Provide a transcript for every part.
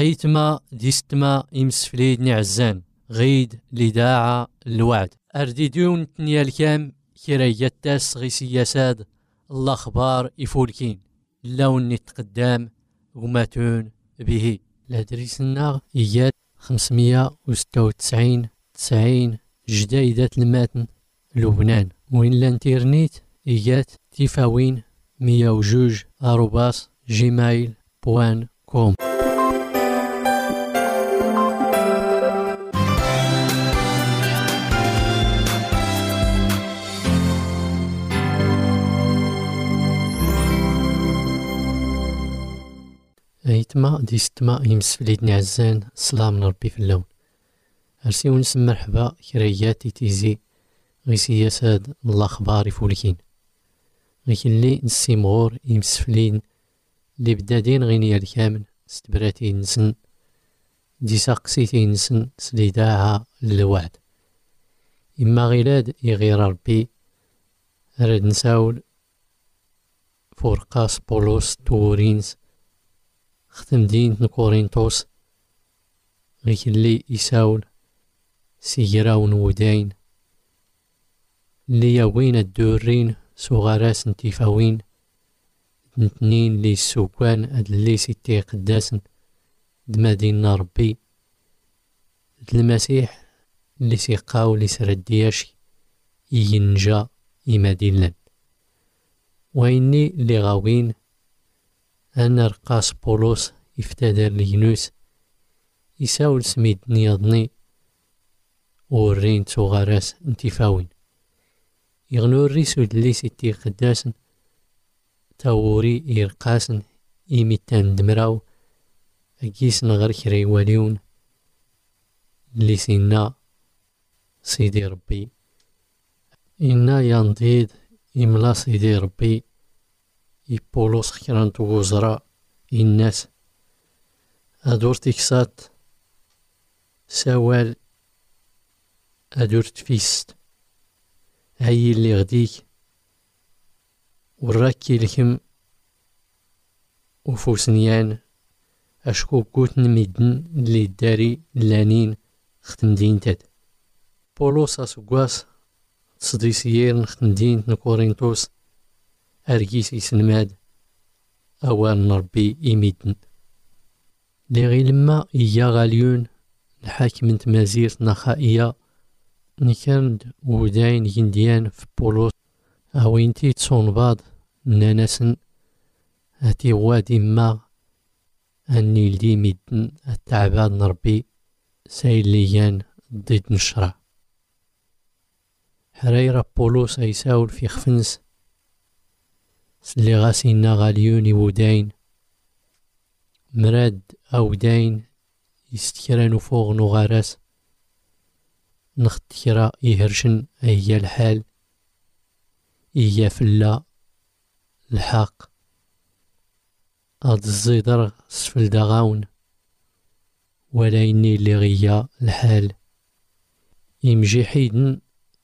أيتما ديستما إمسفليد نعزان غيد لداعة الوعد أرديدون تنيا الكام كريتاس غي سياساد الأخبار إفولكين اللون نتقدام وماتون به لادريسنا إياد 596 90 جديدة الماتن لبنان وين لانترنيت إياد تفاوين 102@gmail.com. أيتما ديستما يمسفليد نعزان السلام من ربي في اللون أرسي ونسم مرحبا كرياتي تيزي غي سياساد الأخبار فولكين غي اللي نسيمغور يمسفلين اللي بدادين غينيا الكامل استبراتي نسن دي ساقسيتي نسن سليداعة للوعد إما غيلاد يغير ربي راد نساول فورقاس بولوس تورينز ختم دين نكورينتوس غي اللي يساول سيراون وداين اللي يوين الدورين صغاراس نتيفاوين نتنين لي السوكان اللي ستي قداسن دمادين ربي المسيح اللي سيقاو لي سردياشي ينجا يمادينلان ويني اللي غاوين أنا رقاص بولوس يفتدر لينوس يساول سميد نياضني ورين صغاراس انتفاوين يغنو الريسو اللي ستي قداسن تاوري يرقاسن إيميتان دمراو أكيس نغر كري واليون اللي سينا سيدي ربي إنا ينضيد إملا سيدي ربي يبولوس خيران توزراء الناس أدور تكسات سوال أدور تفيست هاي اللي غديك وراكي لكم وفوسنيان أشكو كوت نميدن اللي داري لانين ختم دين تاد بولوس أسقواس تصديسيير نختم دين نكورينتوس أرجيس يسنماد أوان ربي إيميدن لي غي لما إيا غاليون الحاكم انت مازيرت نخائية نكرد وداين ينديان في بولوس أوينتي تصون بعض ناناسن هاتي وادي ما أني لدي ميدن التعباد نربي سايليان ضد نشرع حرايرة بولوس أيساول في خفنس سلي غاسينا غاليوني وداين مراد أو داين يستكرانو فوق نغارس نختكرا يهرشن أيا الحال إيا فلا الحق هاد الزيدر سفل دغاون ولا إني اللي غيا الحال يمجي حيدن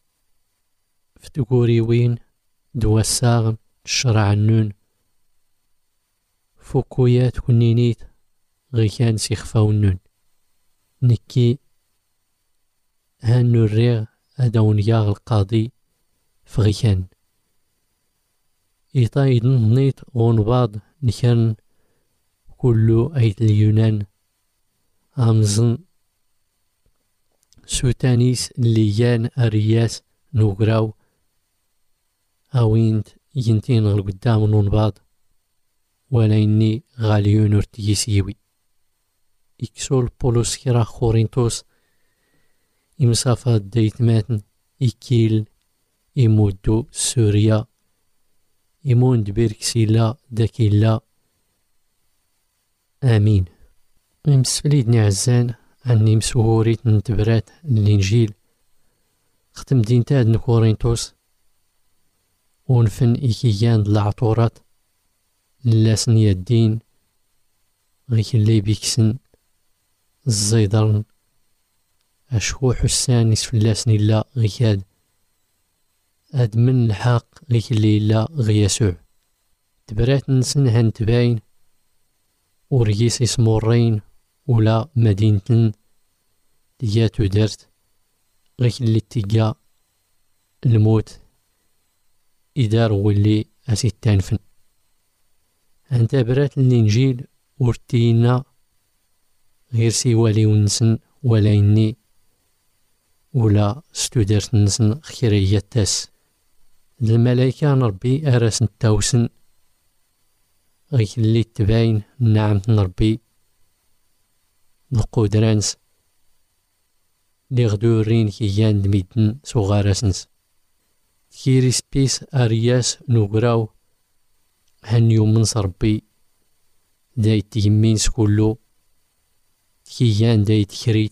فتقوري وين دوا الساغم الشرع النون فوكويات كنينيت غي كان سيخفاو النون نكي هانو الريغ أداون ياغ القاضي فغيكان إيطايدن نيت غونباض نكان كلو أيت اليونان أمزن سوتانيس الليان أرياس نوغراو أوينت ينتين غل قدام نونباض ولا إني غاليون ارتيسيوي إكسول بولوس كرا خورينتوس إمسافات ديتماتن إكيل إمودو سوريا إموند بيركسيلا داكيلا آمين. إمسفليد نعزان عني مسهوريت نتبرات الإنجيل ختم دين تاد نكورينتوس ونفن إكيان العطورات لاسن يدين غيك اللي بيكسن الزيدرن أشكو حسان يسفلاسني لا غيكاد هاد من الحق غيك اللي لا غيسوع تبرات نسن هنتباين وريس اسمو الرين ولا مدينة دياتو درت غير اللي تيقا الموت إدار واللي أسيد تنفن أنت برات الإنجيل ورتينا غير سيوالي ونسن ولا إني ولا ستودرت نسن خيرية تاس الملايكة نربي أراس نتاوسن غير اللي تباين نعم نربي القدرانس لي غدورين كيان دميدن صغارسنس كيري سبيس أرياس نوغراو هن يومن صربي دايت يمين سكولو كيان دايت كريت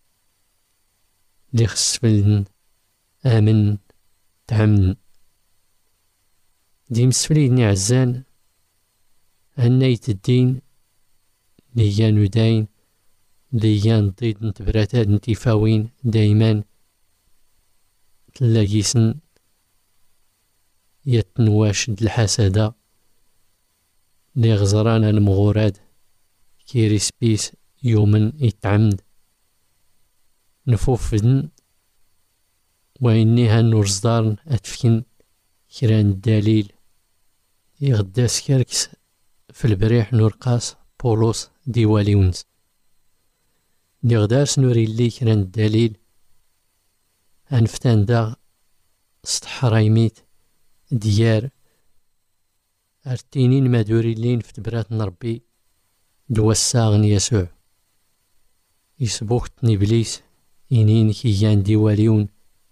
لي خسفلن آمن تعمن ديم سفليدني عزان هنايت الدين ليان وداين ليان ضيد نتبراتاد نتيفاوين دايما تلاقيسن يتنواش الحسادة لي غزران المغوراد كيري سبيس يومن يتعمد نفوفدن وإني هالنورزدارن أتفكن كران الدليل يغداس كاركس في البريح نورقاس بولوس ديواليونز لي غداس نوري اللي كران الدليل أنفتان دا سطح رايميت ديار أرتينين مادوري اللين في تبرات نربي دوساغن يسوع يسبوختني بليس إنين كيان ديواليون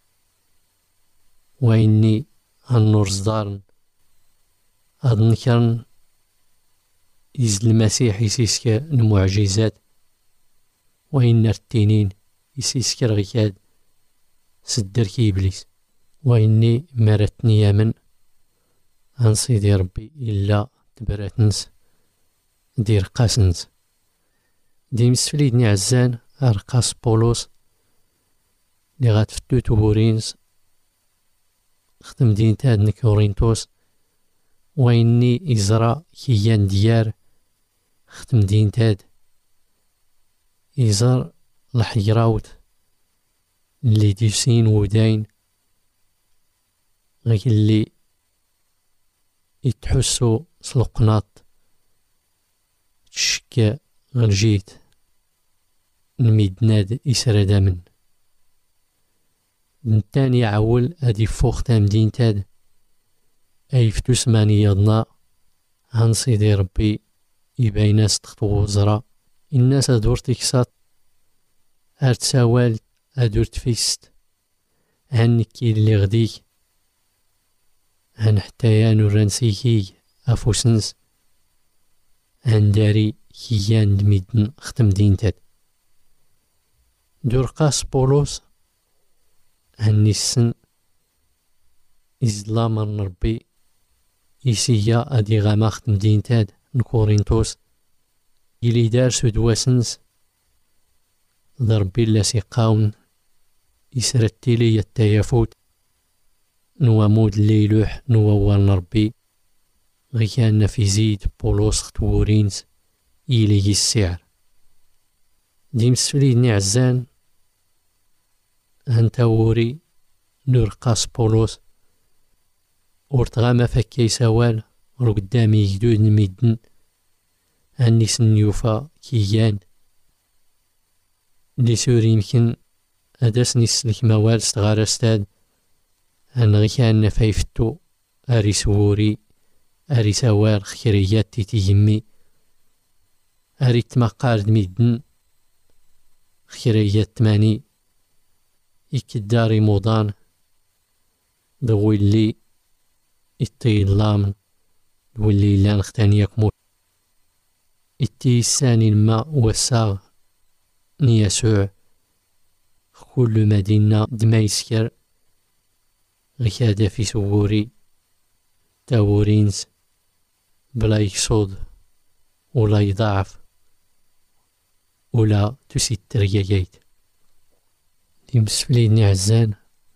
وإني هالنورزدارن أظنكرن إز المسيح يسيسكا المعجزات وإن ارتينين يسيسكا الغياد سدر كي إبليس وإني مرتني يمن أنصيدي ربي إلا تبراتنس دير قاسنس ديم سفليدني عزان أرقاس بولوس لي غاتفتو تبورينس خدم دين تاد نكورينتوس وإني إزرا كيان ديار خدم دين تاد إزر الحيراوت اللي ديسين وداين غير اللي يتحسو سلقناط تشكا غرجيت الميدناد إسرا من نتاني عول أدي فوق تامدين تاد أي فتوس ماني يضنا هنصيدي ربي يبايناس تخطو وزرا الناس أدور تكسات أرتساوال أدور تفيست هنكي اللي غديك هنحتايان ورانسيكي أفوسنس هنداري كيان دميدن ختم دينتاد دورقاس بولوس هنسن إزلام ربي إسيا أدي غاما ختم دينتاد نكورينتوس إلي دار سودواسنس ضربي اللاسي قاون إسرتي لي التيافوت نوامود الليلوح نووال ربي غيكان في زيد بولوس ختورينس إليه السعر ديم سفليدني عزان هنتاوري نورقاس بولوس ورتغاما فكي سوال رقدامي جدود نميدن هني سنيوفا كيان لي سوري يمكن أداسني سلك موال ستغار استاد هنغيكان فايفتو أري سوري أري سوال خيريات تيتيمي أري تمقار دميدن خيريات تماني إكداري موضان دوي اللي إتي اللامن دوي اللي لان ختاني يكمل إتي الساني الماء وساغ نيسوع كل مدينة دميسكر غيادا في سوري تاورينس بلا يكصود ولا يضاعف ولا تستر يجيت يمسفليني عزان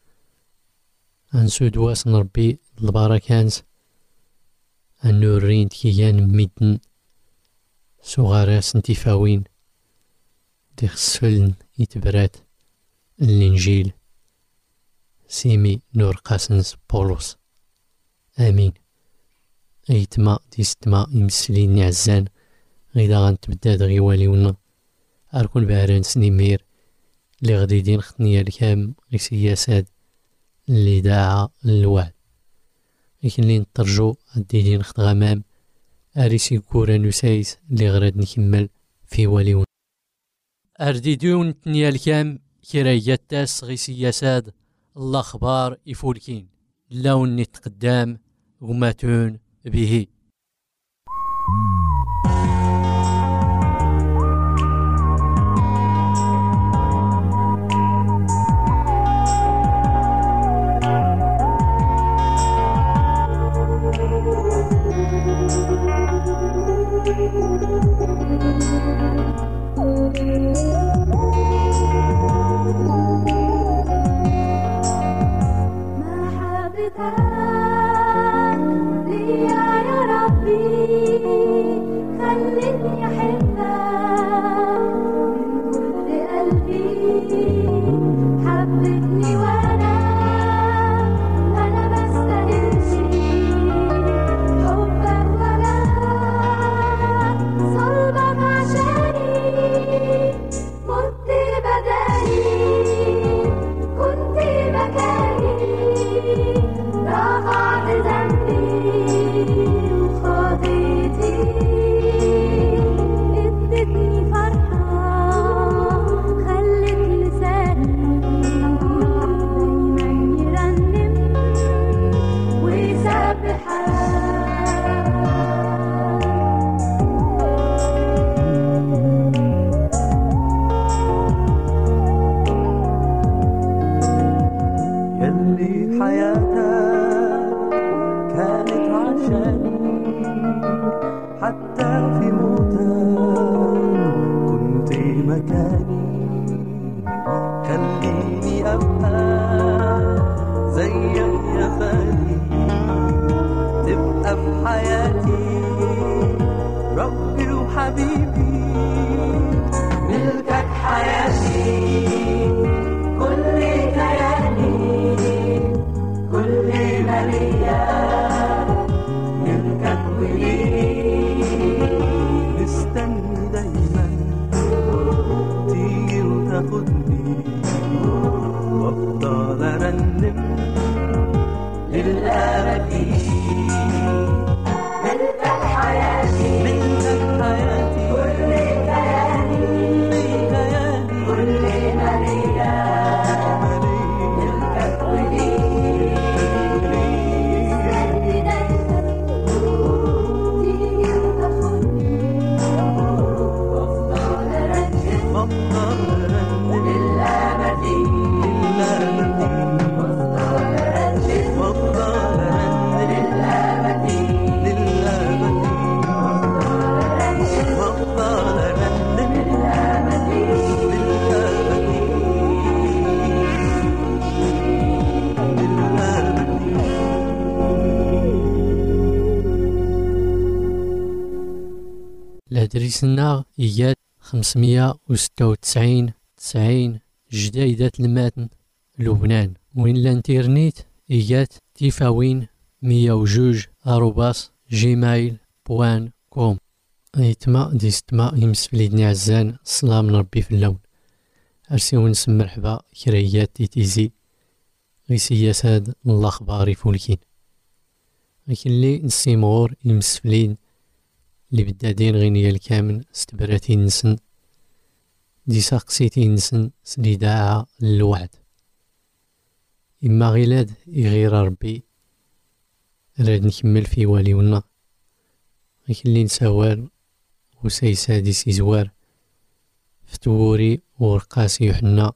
أنسود واس نربي البركانس أنورين كيان ميدن سغاراس نتيفاوين دي خسفلن يتبرات الإنجيل سيمي نور قاسنس بولوس. آمين. أيتما ديستما يمسلين عزان غيدا غنتبداد غيواليونا أركون بهران سنيمير اللي غادي يدين خطنيا الكام غي سياسات اللي داعا للوعد لكن اللي نترجو غادي يدين خط غمام أريسي كورا نسايس اللي غراد نكمل في واليون أرديدون تنيا الكام كرايات تاس غي سياسات الأخبار يفولكين لون نتقدام وماتون به. دريسنا إيات 596 90 جديدة الماتن لبنان وين الانترنت إيات تيفاوين 102@gmail.com. ايتما ديستما يمسفليدني عزان السلام من ربي في اللون أرسيون نسم مرحبا كريات تيتيزي غي سياسات من الأخبار يفولكين لكن اللي نسيمغور يمسفلين اللي بدادين غينيا الكامل استبراتي نسن دي ساقسيتي نسن سليداعة للوعد إما غيلاد يغير ربي راد نكمل في واليونا لكن اللي نساوال وسيسادي سيزوار فتوري ورقاسي يوحنا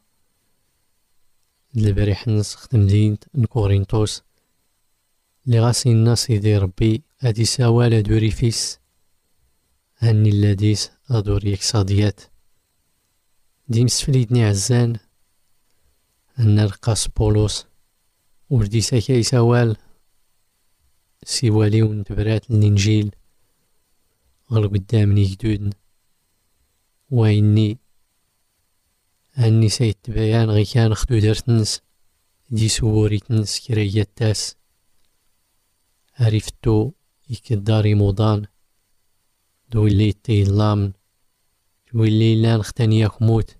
البارح نسخت مدينة نكورينتوس اللي غاسينا سيدي ربي هادي ساوال دوري فيس هاني اللاديس أدوري اقتصاديات دي مسفليدني عزان أن رقاس بولوس وردي ساكاي ساوال سيوالي ونتبرات الإنجيل غير قدامني جدود وإني أني سيتبيان غي كان خدو درتنس دي سوريتنس كريات تاس عرفتو يكداري موضان دولي تيلامن دولي لان ختانيا خموت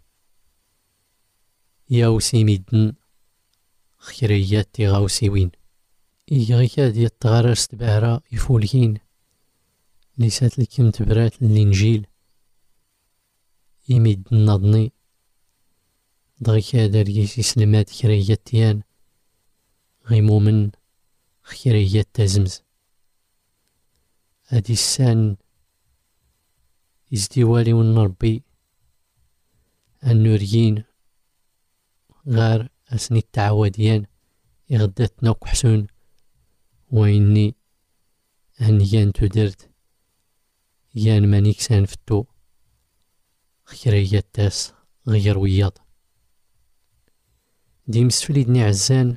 ياوسي ميدن خيريات تيغاوسي وين إيغيكا ديال التغرس تبعرا يفولكين ليسات لكم تبرات الإنجيل يميد النضني دغيكا داريس يسلمات خيريات تيان غيمو من خيريات تازمز هادي السان إزديوالي ونربي النوريين غار أسني التعوديان إغداتنا وكحسون وإني أنيان تدرت يان مانيك سان فتو خيريات تاس غير وياض دي مسفليدني عزان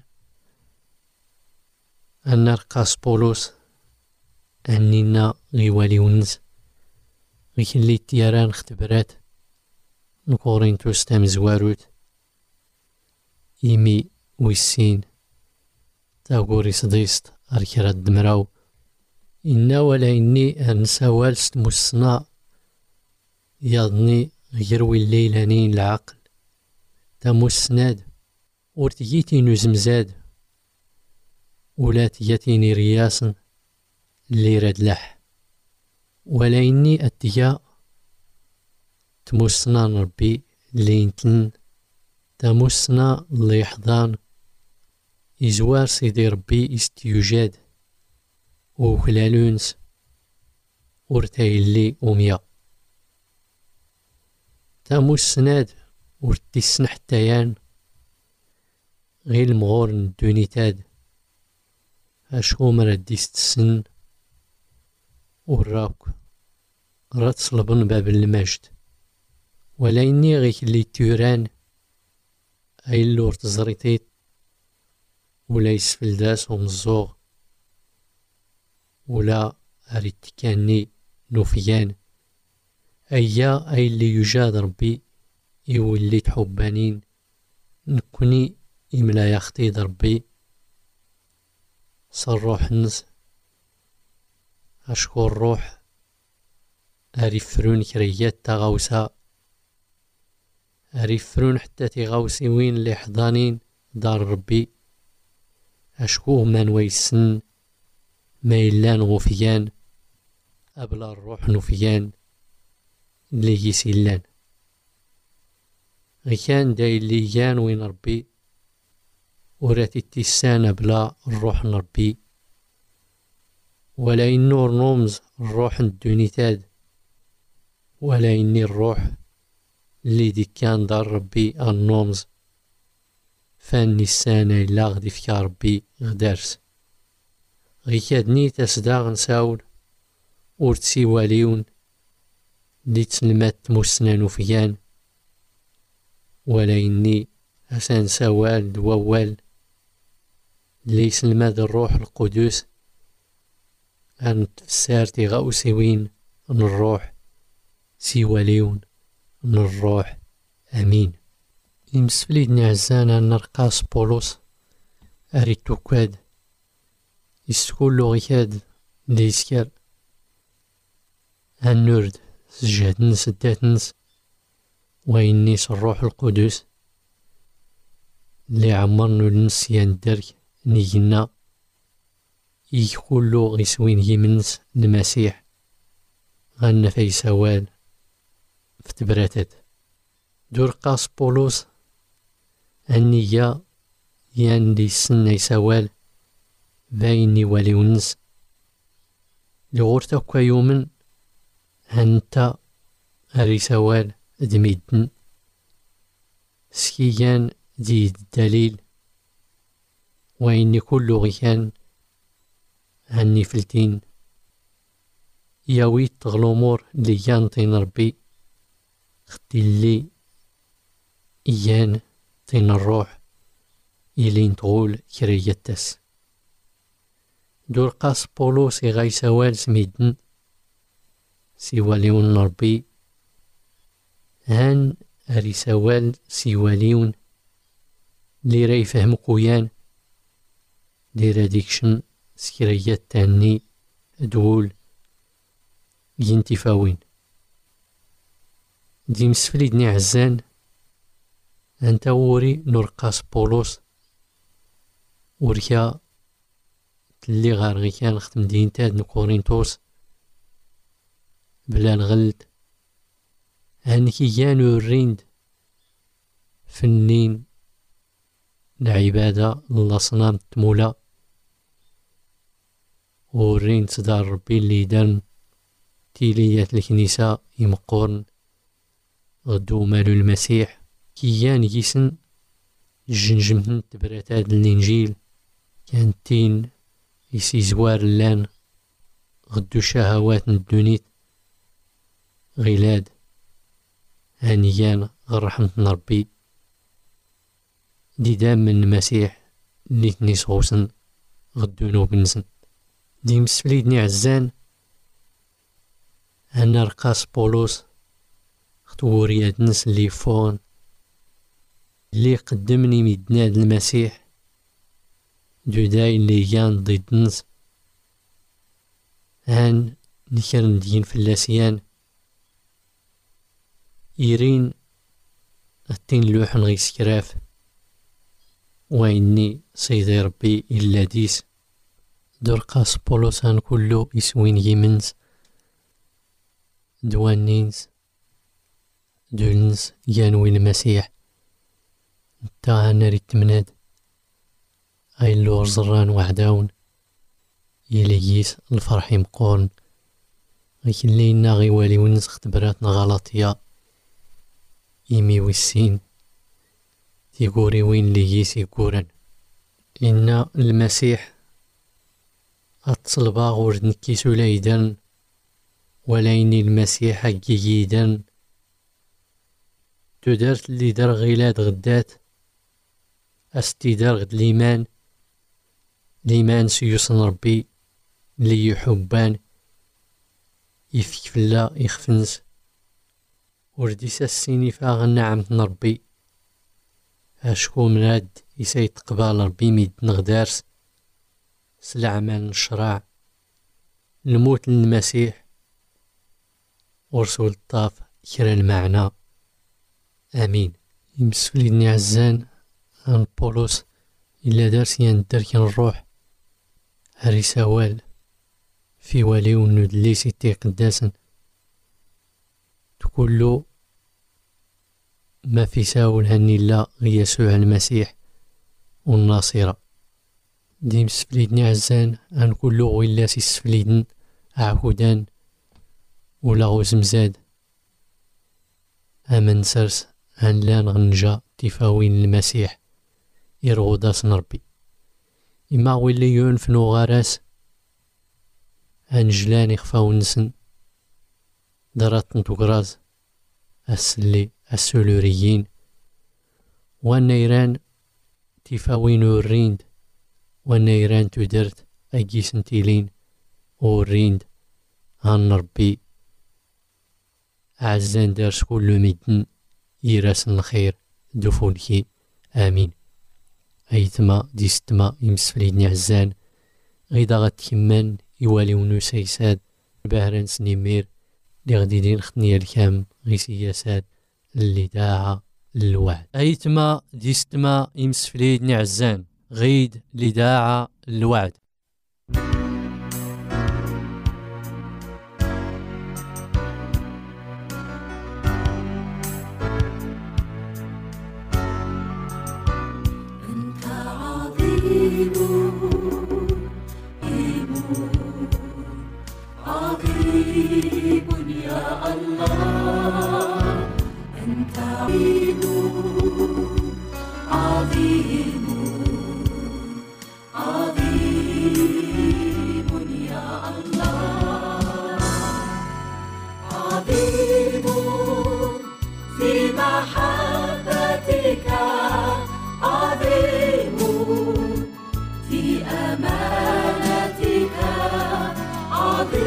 أن رقاص بولوس أنينا غيوالي ونز غيكلي تياران اختبرات نكورين توستام زواروت إيمي ويسين تاغوري صديست أركرا الدمراو إنا ولا إني أنساوال ستموسنا يضني غيروي الليلانين العقل تموسناد ورتيتي نزمزاد ولا تياتيني رياسن اللي ردلح ولا إني أتيا تموسنا نربي اللي ينتن تموسنا اللي يحضان إزوار سيدي ربي استيوجاد وخلالونس ورتايلي أميا تموسناد ورتيسن حتايان غير المغور ندونيتاد أشكو مرديست السن وراك رات صلبن باب المجد ولا إني غيك اللي تيران أي اللور تزريتيت ولا يسفل داس ومزوغ ولا أريد كاني نوفيان أيا أي اللي يجاد ربي يولي تحبانين نكوني إملا يختي ربي صروح نس أشكو الروح أريفرون كريات تغوسا أريفرون حتى تغوسي وين اللي حضانين دار ربي أشكو من ويسن ما إلا نغفيان أبلا الروح نفيان اللي يسيلان غيكان داي اللي يان وين ربي وراتي تيسان بلا الروح نربي ولا إنو رمز الروح الدونيتاد ولا إني الروح اللي دي كان دار ربي النومز فاني السانة إلا غدي فيا ربي غدارس غيكادني تسداغ نساول ورتسي واليون دي تسلمات موسنان وفيان ولا إني أسان سوال دوال اللي يسلمات الروح القدس أن تفسارتي غاوسي وين أن الروح سيواليون أن الروح أمين يمسفليدني عزان أن رقاص بولوس أريتو كاد يسكولو غيكاد ديسكار النورد سجادنس الداتنس وينيس الروح القدس اللي عمرنو النسيان درك نيجنا يكولو غيسوين يمنس المسيح غانا في سوال فتبراتات دور قاس بولوس النية يان دي سنة سوال بايني والي ونس لغورتا كا يومن هانتا أري سوال دميدن سكيان ديد الدليل وإني كل غيان هاني فلتين ياويت تغلومور اللي يان ربي خدي اللي إيان تين الروح إلين تغول كريتاس دور قاس بولوس غاي سوال سميدن سيواليون ربي هان أري سوال سيواليون اللي راه يفهم قويان دير هاديكشن سكريات تاني دول ينتفاوين دي مسفليدني عزان أنت وري نورقاس بولوس وريا تلي غارغي كان ختم دينتاد نكورينتوس بلا الغلد هانكي يانو الريند فنين العبادة للأصنام التمولة ورين تدار ربي اللي دارن تيليات الكنيسة يمقورن غدو مالو المسيح كيان يسن الجنجمتن تبراتاد الانجيل كان تين يسي زوار اللان غدو شهوات الدونيت غلاد هانيان غرحمة ربي دي دام من المسيح اللي تنيسغوسن غدو نوبنسن دي مسفليدني عزان أنا رقاس بولوس خطوريات نس اللي فون اللي قدمني ميدناد المسيح دو داي اللي كان ضد نس هان نكرن دين فلاسيان يرين التين لوحن غي سكراف وإني سيدي ربي إلا ديس درقاس بولوسان كله يسوين يمنز دوانينز دولنز يانوي المسيح تا أنا ريت مناد أي اللور زران وعداون يليس الفرح مقورن لكن لينا غي والي ونسخ تبراتنا غلطية إيمي والسين تيقوري وين ليس يقورن إن المسيح أتصلبا غورد نكيسو لايدن وليني المسيح جيدا تدارت اللي دار غيلاد غدات استدار غد ليمان سيوسن ربي اللي يحبان يفكفلا يخفنس ورديس السيني فاغ النعم ربي اشكو مناد يسايد قبال ربي ميد نغدارس سلعمان الشراع الموت للمسيح ورسول الطاف كرا المعنى امين يمسوليني عزان ان بولوس الا دارسيان دركن الروح هاري سوال في والي ونود لي سيتي قداسا تقولو ما في ساول هني لا يسوع المسيح والناصرة ديم سفليدني عزان هنقولو ويلا سي سفليدن عهودان ولا غوزمزاد امن سرس هن لا نغنجا تفاوين المسيح يرغوداس نربي إما ويلي ينفنو غاراس هنجلان يخفاو نسن درات نتوكراز السلي السلوريين والنيران تفاوين الريند والنيران تدرت أجي سنتيلين والريند هن ربي عزان دارس كل مدن يراسن الخير دفولكي آمين أيتما ديستما يمسفليدني عزان غيدا غتكمان يواليونو سيساد بهران سنيمير لي غدي دين ختنيا الكام غي سياسات اللي داعا الوعد أيتما ديستما يمسفليدني عزان غيد اللي داعا الوعد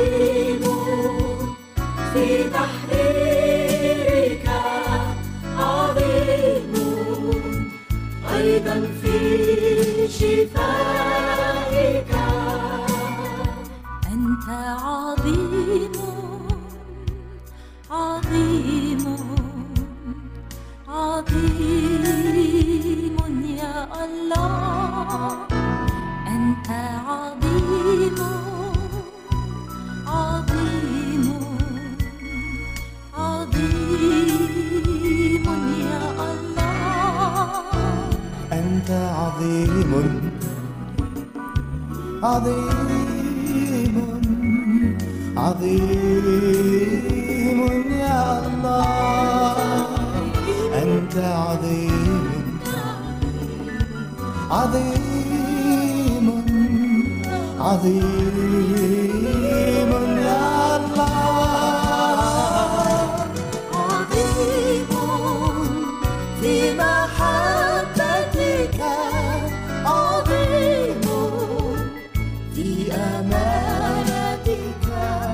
في تحريرك أيضا في شفائك. أنت عظيم عظيم عظيم يا الله. أنت عظيم عظيم عظيم يا الله. أنت عظيم عظيم عظيم يا الله. أنت عظيم عظيم عظيم يا الله. عظيم في محبتك، عظيم في أمانتك،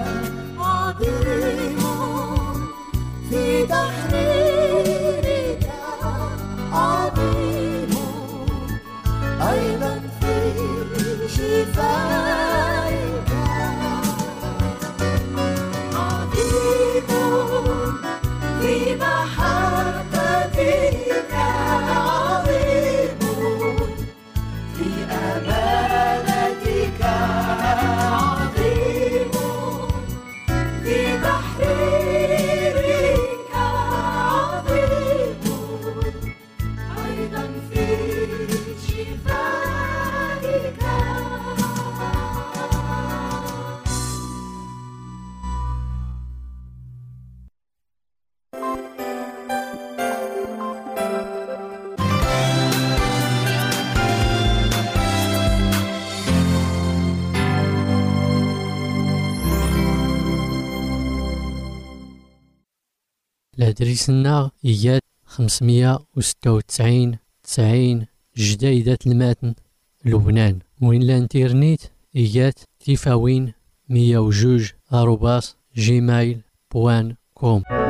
عظيم في تحريرك، عظيم أيضا في شفائك. عظيم في محبتك، عظيم في أمانتك، عظيم في تحريرك، عظيم أيضا في شفائك. الأدريسنا إياد 596 90 جديدة الماتن لبنان. وين الانترنت إياد تيفاوين 102 @gmail.com.